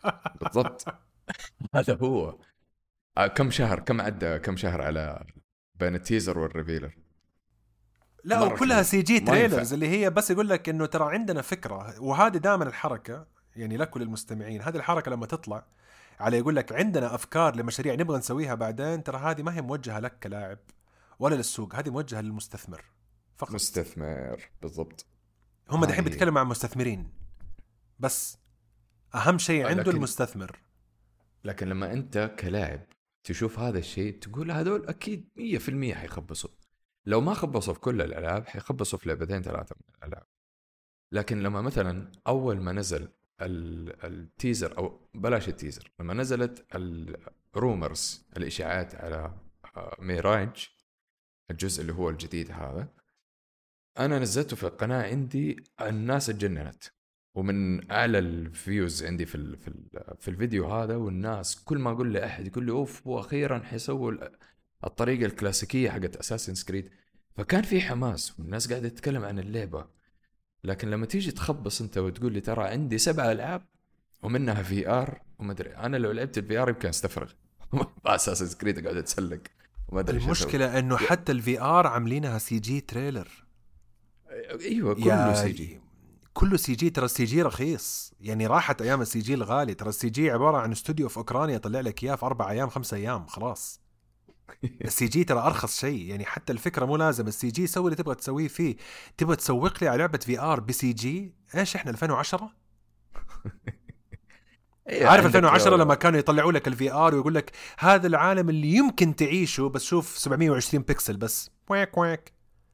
هذا هو. كم شهر على بين التيزر والريفيلر؟ لا وكلها سي جي تريلرز اللي هي بس يقول لك انه ترى عندنا فكره. وهذه دائما الحركه، يعني لكل المستمعين هذه الحركه لما تطلع على يقول لك عندنا افكار لمشاريع نبغى نسويها بعدين، ترى هذه ما هي موجهه لك كلاعب ولا للسوق، هذه موجهه للمستثمر. فقط. مستثمر بالضبط. هم دحين هاي بيتكلموا عن مستثمرين بس، اهم شيء عنده المستثمر. لكن لما انت كلاعب تشوف هذا الشيء تقول هذول اكيد 100% حيخبصوا. لو ما خبصوا في كل الالعاب حيخبصوا في لعبتين ثلاثه من الالعاب. لكن لما مثلا اول ما نزل التيزر، او بلاش التيزر، لما نزلت الرومرز الاشاعات على ميراج الجزء اللي هو الجديد هذا، انا نزلته في القناه عندي، الناس اتجننت، ومن اعلى الفيوز عندي في الفيديو هذا. والناس كل ما اقول لاحد يقول لي اوف واخيرا حيسووا الطريقه الكلاسيكيه حقت اساسن كريد. فكان في حماس والناس قاعده تتكلم عن اللعبه. لكن لما تيجي تخبص انت وتقول لي ترى عندي 7 ألعاب ومنها في ار وما ادري، انا لو لعبت الفي ار يمكن استفرغ اساسن كريد قاعد اتسلق وما ادري. المشكله انه حتى الفي ار عاملينها سي جي تريلر. ايوه كله سي جي، كله سي جي. ترى السي جي رخيص، يعني راحت ايام السي جي الغالي. ترى السي جي عباره عن استوديو في اوكرانيا يطلع لك اياه في 4 ايام 5 ايام خلاص. السي جي ترى ارخص شيء، يعني حتى الفكره مو لازم السي جي، سوي اللي تبغى تسويه فيه. تبغى تسوق لي على لعبه في ار بسي جي؟ ايش احنا 2010؟ عارف 2010 لما كانوا يطلعوا لك الفي ار ويقول لك هذا العالم اللي يمكن تعيشه، بس شوف 720 بكسل بس كواك كواك.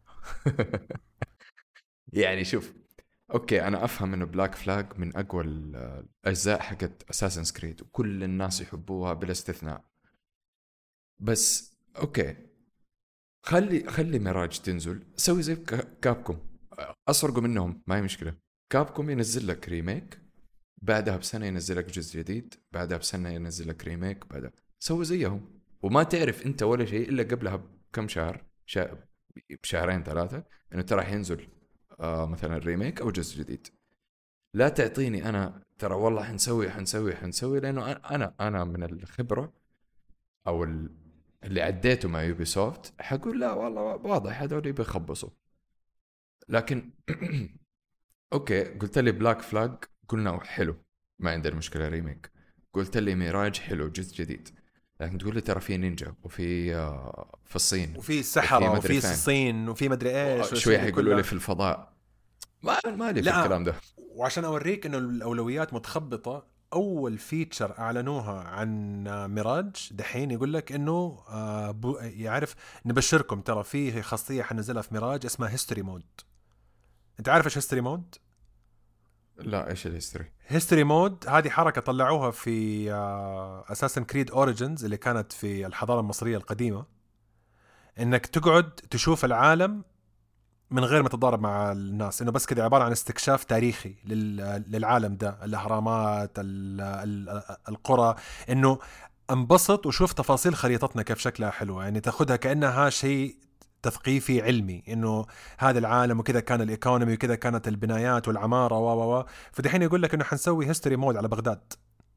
يعني شوف، اوكي انا افهم انه بلاك فلاج من اقوى الاجزاء حقت اساسن كريد وكل الناس يحبوها بلا استثناء، بس اوكي خلي ميراج تنزل، سوي زي كابكوم، اسرقوا منهم ما هي مشكله. كابكوم ينزل لك ريميك، بعدها بسنه ينزل لك جزء جديد، بعدها بسنه ينزل لك ريميك، بعدها سوي زيهم وما تعرف انت ولا شيء الا قبلها بكم شهر، بشهرين 3 انه ترى حينزل مثلا ريميك او جزء جديد. لا تعطيني انا ترى والله حنسوي لانه انا من الخبره او اللي عديته مع يوبي سوفت حقول لا والله واضح هذول بيخبصوا. لكن اوكي قلت لي بلاك فلاج قلنا حلو ما عندنا مشكله ريميك، قلت لي ميراج حلو جزء جديد، لكن تقول لي ترى في نينجا وفي في الصين وفي السحرة وفي الصين وفي مدري ايش شوي حيقولوا لي في الفضاء، ما لي في الكلام ده. وعشان اوريك انه الاولويات متخبطه، اول فيتشر اعلنوها عن ميراج دحين يقول لك انه يعرف نبشركم ترى في خاصيه حنزلها في ميراج اسمها هيستوري مود. انت عارف ايش هيستوري مود؟ لا ايش الهيستوري؟ هيستوري مود هذه حركه طلعوها في اساسن كريد اوريجينز اللي كانت في الحضاره المصريه القديمه، انك تقعد تشوف العالم من غير ما تتضارب مع الناس، انه بس كده عباره عن استكشاف تاريخي للعالم ده، الاهرامات، القرى، انه انبسط وشوف تفاصيل خريطتنا كيف شكلها حلو، يعني تاخذها كانها شيء تثقيفي علمي، انه هذا العالم وكذا كان الايكونومي وكذا كانت البنايات والعماره و فدحين يقول لك انه حنسوي هيستوري مود على بغداد.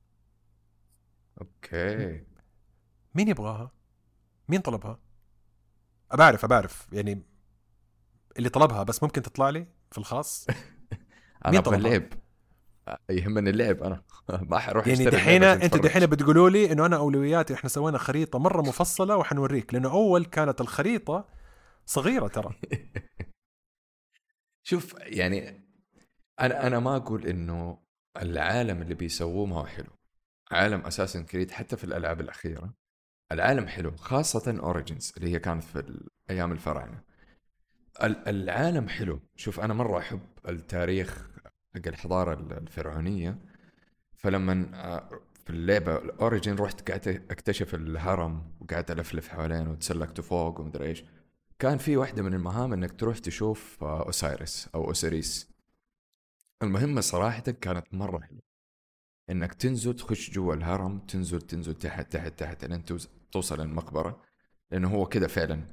اوكي مين يبغاها؟ مين طلبها؟ بعرف يعني اللي طلبها، بس ممكن تطلع لي في الخاص. انا ابغى اللعب، يهمني اللعب انا ما حروح يعني دحين انتوا دحين بتقولوا لي انه انا اولوياتي احنا سوينا خريطه مره مفصله وحنوريك، لانه اول كانت الخريطه صغيره ترى. شوف يعني انا ما اقول انه العالم اللي بيسووه ما هو حلو. عالم اساسن كريد حتى في الالعاب الاخيره العالم حلو، خاصه اوريجينز اللي هي كانت في ايام الفراعنه. العالم حلو. شوف انا مره احب التاريخ حق الحضاره الفرعونيه، فلما في اللعبه الاوريجين رحت قاعد اكتشف الهرم وقاعد الفلف حوالين وتسلقت فوق ومدري ايش. كان في واحده من المهام انك تروح تشوف اوسيريس او اوسيريس. المهمه صراحه كانت مره حلوه، انك تنزل تخش جوا الهرم، تنزل تحت لين توصل المقبره، لانه هو كده فعلا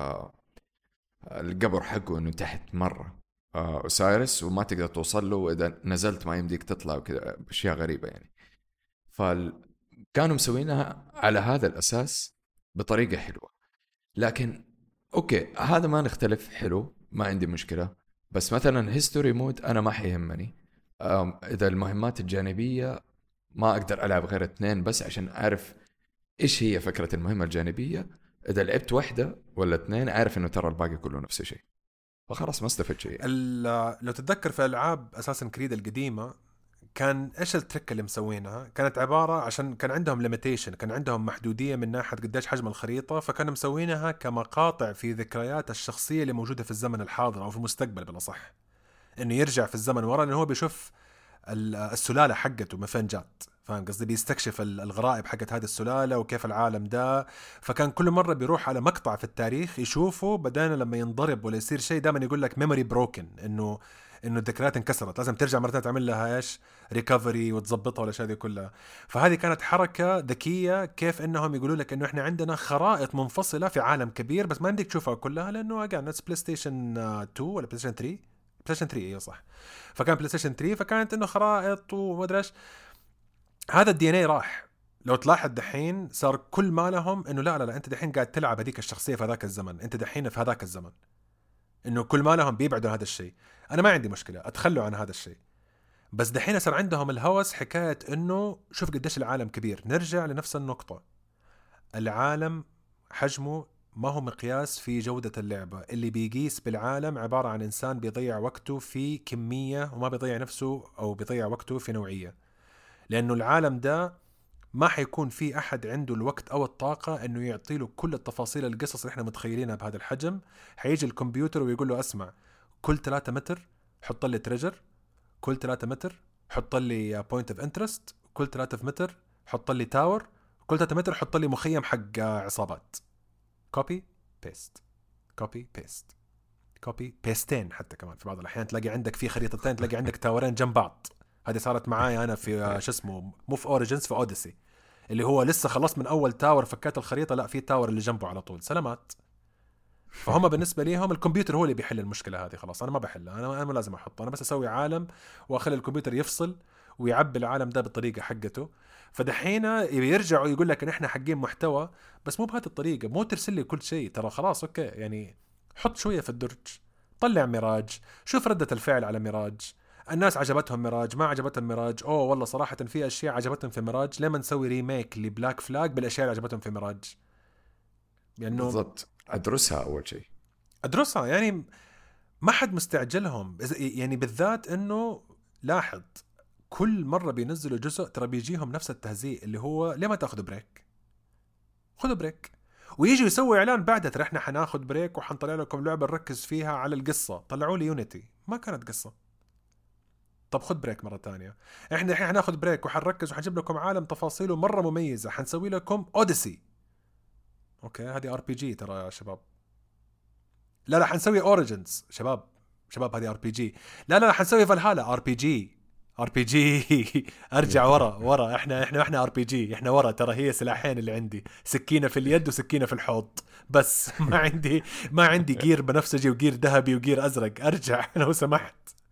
القبر حقه انه تحت مره اوسيريس وما تقدر توصل له، واذا نزلت ما يمديك تطلع وكذا اشياء غريبه يعني. فكانوا مسوينها على هذا الاساس بطريقه حلوه. لكن اوكي هذا ما نختلف، حلو ما عندي مشكله، بس مثلا هيستوري مود انا ما حيهمني. اذا المهمات الجانبيه ما اقدر العب غير 2 بس عشان اعرف ايش هي فكره المهمه الجانبيه. اذا لعبت 1 ولا 2 عارف انه ترى الباقي كله نفس الشيء. فخلاص ما استفدت شيء. لو تتذكر في العاب اساسن كريد القديمه كان ايش التركه اللي مسوينها؟ كانت عباره عشان كان عندهم ليميتيشن، كان عندهم محدوديه من ناحيه قديش حجم الخريطه، فكانوا مسوينها كمقاطع في ذكريات الشخصيه اللي موجوده في الزمن الحاضر او في المستقبل بالاصح، انه يرجع في الزمن ورا انه هو بيشوف السلاله حقته من فين جات، فاهم قصدي؟ بيستكشف الغرائب حقت هذه السلاله وكيف العالم ده. فكان كل مره بيروح على مقطع في التاريخ يشوفه، بعدين لما ينضرب ولا يصير شيء دائما يقول لك ميموري بروكن، انه الذكريات انكسرت، لازم ترجع مرتين تعمل لها ايش ريكفري وتظبطها والاشياء دي كلها. فهذه كانت حركه ذكيه، كيف انهم يقولوا لك انه احنا عندنا خرائط منفصله في عالم كبير بس ما عندك تشوفها كلها، لانه اجان بلاي ستيشن 2 ولا بلاي ستيشن 3، بلاي ستيشن 3 ايوه صح، فكان بلاي ستيشن 3، فكانت انه خرائط وما ادري ايش. هذا الدي ان اي راح. لو تلاحظ دحين صار كل ما لهم انه لا لا لا انت دحين قاعد تلعب هذيك الشخصيه في هذاك الزمن، انت دحين في هذاك الزمن، انه كل ما لهم بيبعدوا هذا الشيء. انا ما عندي مشكله اتخلوا عن هذا الشيء، بس دحين صار عندهم الهوس حكايه انه شوف قديش العالم كبير. نرجع لنفس النقطه، العالم حجمه ما هو مقياس في جودة اللعبة. اللي بيقيس بالعالم عبارة عن إنسان بيضيع وقته في كمية وما بيضيع نفسه أو بيضيع وقته في نوعية، لأنه العالم ده ما حيكون في أحد عنده الوقت أو الطاقة أنه يعطي له كل التفاصيل القصص اللي احنا متخيلينها بهذا الحجم. حيجي الكمبيوتر ويقول له أسمع، كل 3 متر حط لي تريجر، كل 3 متر حط لي بوينت اوف انترست، كل 3 متر حط لي تاور، كل 3 متر حط لي مخيم حق عصابات. كوبي بيست، كوبي بيست، كوبي بيستين. حتى كمان في بعض الأحيان تلاقي عندك في خريطتين تلاقي عندك تاورين جنب بعض. هذه صارت معايا أنا في شو اسمه مو في أوريجينز، في أوديسي، اللي هو لسه خلصت من أول تاور فكات الخريطة، لا في تاور اللي جنبه على طول. سلامات. فهم بالنسبة ليهم الكمبيوتر هو اللي بيحل المشكلة هذه. خلاص أنا ما بحلها، أنا ما لازم أحطه، أنا بس أسوي عالم وأخلي الكمبيوتر يفصل ويعبي العالم ده بالطريقة حقته. فدحين يرجعوا يقول لك إن إحنا حقين محتوى، بس مو بهذه الطريقة. مو ترسل لي كل شيء، ترى خلاص أوكي يعني حط شوية في الدرج، طلع ميراج، شوف ردة الفعل على ميراج. الناس عجبتهم ميراج، ما عجبتهم ميراج، اوه والله صراحة في اشياء عجبتهم في ميراج، لما نسوي ريميك لبلاك فلاج بالاشياء اللي عجبتهم في ميراج؟ لانه يعني بالضبط، ادرسها اول شيء، ادرسها. يعني ما حد مستعجلهم، يعني بالذات انه لاحظ كل مرة بينزلوا جزء ترى بيجيهم نفس التهزيء، اللي هو ليه ما تاخذوا بريك؟ خذوا بريك. ويجي يسوي اعلان بعدها ترى احنا حناخذ بريك وحنطلع لكم لعبة نركز فيها على القصة. طلعوا لي يونيتي ما كانت قصة، طب خد بريك مرة تانية. احنا الحين حناخذ بريك وحنركز وحنجيب لكم عالم تفاصيله مرة مميزة، حنسوي لكم اوديسي. اوكي هذه ار بي جي ترى يا شباب. لا لا حنسوي اوريجينز شباب، شباب هذه ار بي جي. لا لا حنسوي فالهالا ار بي جي، ار بي جي. ارجع ورا احنا ار بي جي، احنا ورا. ترى هي سلاحين اللي عندي، سكينة في اليد وسكينة في الحوض بس. ما عندي جير بنفسجي وجير ذهبي وجير ازرق. ارجع لو سمحت.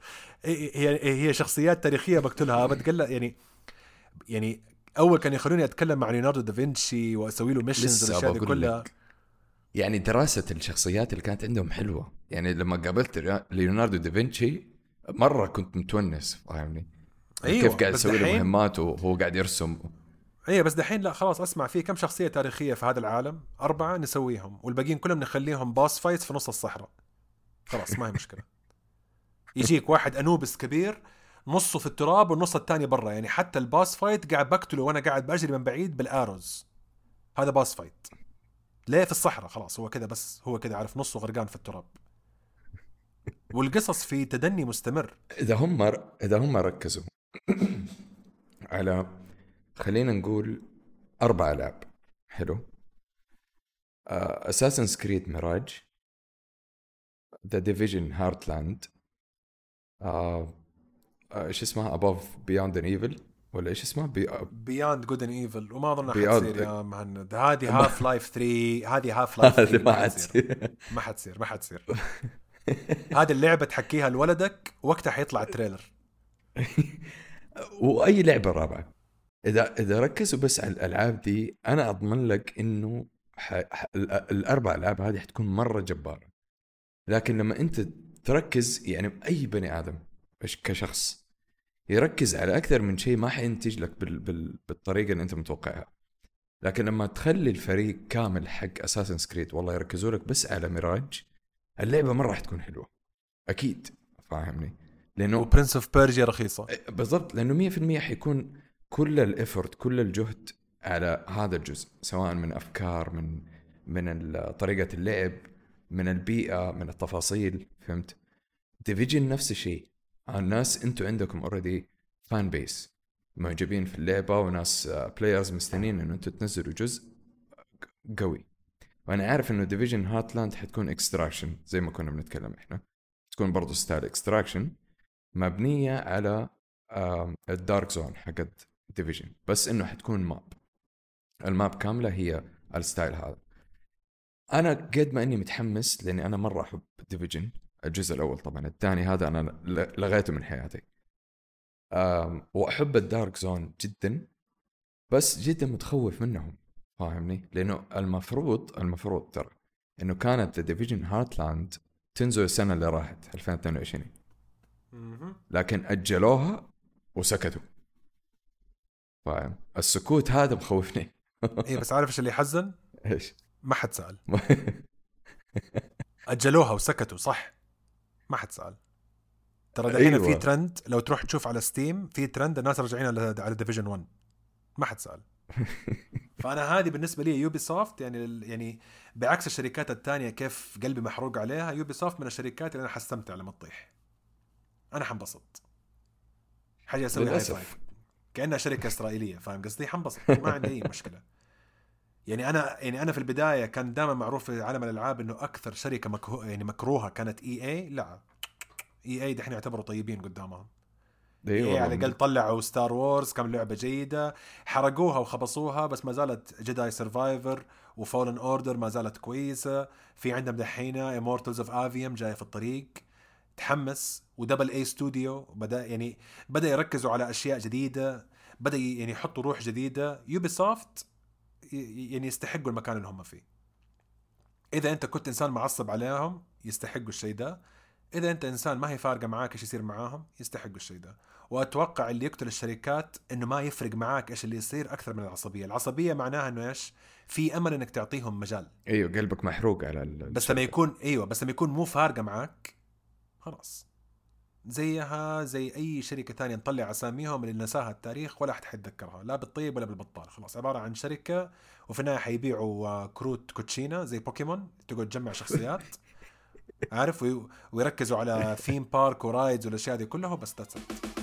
هي شخصيات تاريخية بقتلها بتقلق يعني اول كان يخلوني اتكلم مع ليوناردو دافنشي واسوي له ميشنز والاشياء دي كلها. يعني دراسة الشخصيات اللي كانت عندهم حلوة. يعني لما قابلت ليوناردو دافنشي مرة كنت متونس، فاهمني؟ أيوة كيف قاعد يسوي له مهمات وهو قاعد يرسم. ايه بس دحين لا خلاص اسمع، في كم شخصية تاريخية في هذا العالم؟ 4 نسويهم، والباقيين كلهم نخليهم باس فايت في نص الصحراء. خلاص ما هي مشكلة. يجيك واحد انوبس كبير نصه في التراب والنص الثاني برا، يعني حتى الباس فايت قاعد بقتله وانا قاعد بجري من بعيد بالاروز. هذا باس فايت ليه في الصحراء؟ خلاص هو كذا، بس هو كذا عارف نصه غرقان في التراب. والقصص في تدني مستمر. إذا هم ركزوا على خلينا نقول 4 ألعاب حلو: Assassin's Creed Mirage, The Division Heartland, إيش اسمها Above Beyond and Evil ولا إيش اسمها Beyond Good and Evil. وما أظن حتصير يا مهند. هذه هاف لايف 3، هذه هاف لايف 3 ما حتصير. هذه اللعبة تحكيها لولدك وقتها حيطلع التريلر. وأي لعبة رابعة إذا ركزوا بس على الألعاب دي، أنا أضمن لك إنه ال4 ألعاب هذه حتكون مرة جبارة. لكن لما أنت تركز، يعني أي بني آدم كشخص يركز على أكثر من شيء ما حينتج لك بالطريقة اللي أنت متوقعها. لكن لما تخلي الفريق كامل حق أساسنز كريد والله يركزوا لك بس على ميراج، اللعبة مرة حتكون حلوة. اكيد فاهمني، لانه وبرنس اوف بيرجيا رخيصه. بالضبط، لانه 100% حيكون كل الافورت كل الجهد على هذا الجزء، سواء من افكار، من طريقه اللعب، من البيئه، من التفاصيل. فهمت؟ ديفيجن نفس الشيء. الناس انتم عندكم اوريدي فان بيس معجبين في اللعبه، وناس بلايرز مستنين انه انتم تنزلوا جزء قوي. وانا عارف انه ديفيجن هارتلاند حتكون اكستراكشن زي ما كنا بنتكلم احنا، تكون برضو ستايل اكستراكشن مبنيه على الدارك زون حقت ديفيجن، بس انه حتكون الماب كامله هي الستايل هذا. انا قد ما اني متحمس لاني انا مره احب ديفيجن الجزء الاول، طبعا الثاني هذا انا لغيته من حياتي. واحب الدارك زون جدا، بس جدا متخوف منهم. فاهمني؟ لانه المفروض ترى انه كانت ديفيجن هارتلاند تنزل السنه اللي راحت 2022، لكن اجلوها وسكتوا. فاهم؟ السكوت هذا مخوفني. ايه بس عارف ايش اللي يحزن؟ ايش؟ ما حد سأل. اجلوها وسكتوا صح، ما حد سأل. ترى دحين أيوة. في ترند، لو تروح تشوف على ستيم في ترند الناس راجعين على ديفيجن 1، ما حد سأل. فانا هذه بالنسبه لي يوبي سوفت يعني بعكس الشركات الثانيه كيف قلبي محروق عليها، يوبي سوفت من الشركات اللي انا حستمتع لما تطيح، انا حنبسط حاجه اسوي هاي فايف كانها شركه اسرائيليه. فاهم قصدي؟ حنبسط ما عندي اي مشكله. يعني انا في البدايه كان دائما معروف في عالم الالعاب انه اكثر شركه مكروهه كانت اي. لا، اي دحين يعتبروا طيبين قدامهم. ايه على الاقل طلعوا ستار وورز كم لعبه جيده، حرقوها وخبصوها، بس ما زالت جداي سرفايفر وفولن اوردر ما زالت كويسه. في عندهم دحين امورتلز اوف افيوم جايه في الطريق، تحمس. ودبل اي ستوديو بدا يركزوا على اشياء جديده، بدا يعني يحطوا روح جديده. يوبي سوفت يعني يستحقوا المكان اللي هم فيه. اذا انت كنت انسان معصب عليهم يستحقوا الشيء ده، اذا انت انسان ما هي فارقه معاك ايش يصير معاهم يستحقوا الشيء ده. واتوقع اللي يقتل الشركات انه ما يفرق معاك ايش اللي يصير اكثر من العصبيه معناها انه ايش، في امل انك تعطيهم مجال. ايوه قلبك محروق على بس لما يكون بس لما يكون مو فارقه معاك خلاص، زيها زي اي شركه تانية نطلع اساميهم اللي نساها التاريخ ولا احد حيتذكرها لا بالطيب ولا بالبطال. خلاص عباره عن شركه، وفي النهايه حيبيعوا كروت كوتشينا زي بوكيمون تقعد تجمع شخصيات عارف، ويركزوا على ثيم بارك ورايدز والاشياء دي كلها بس.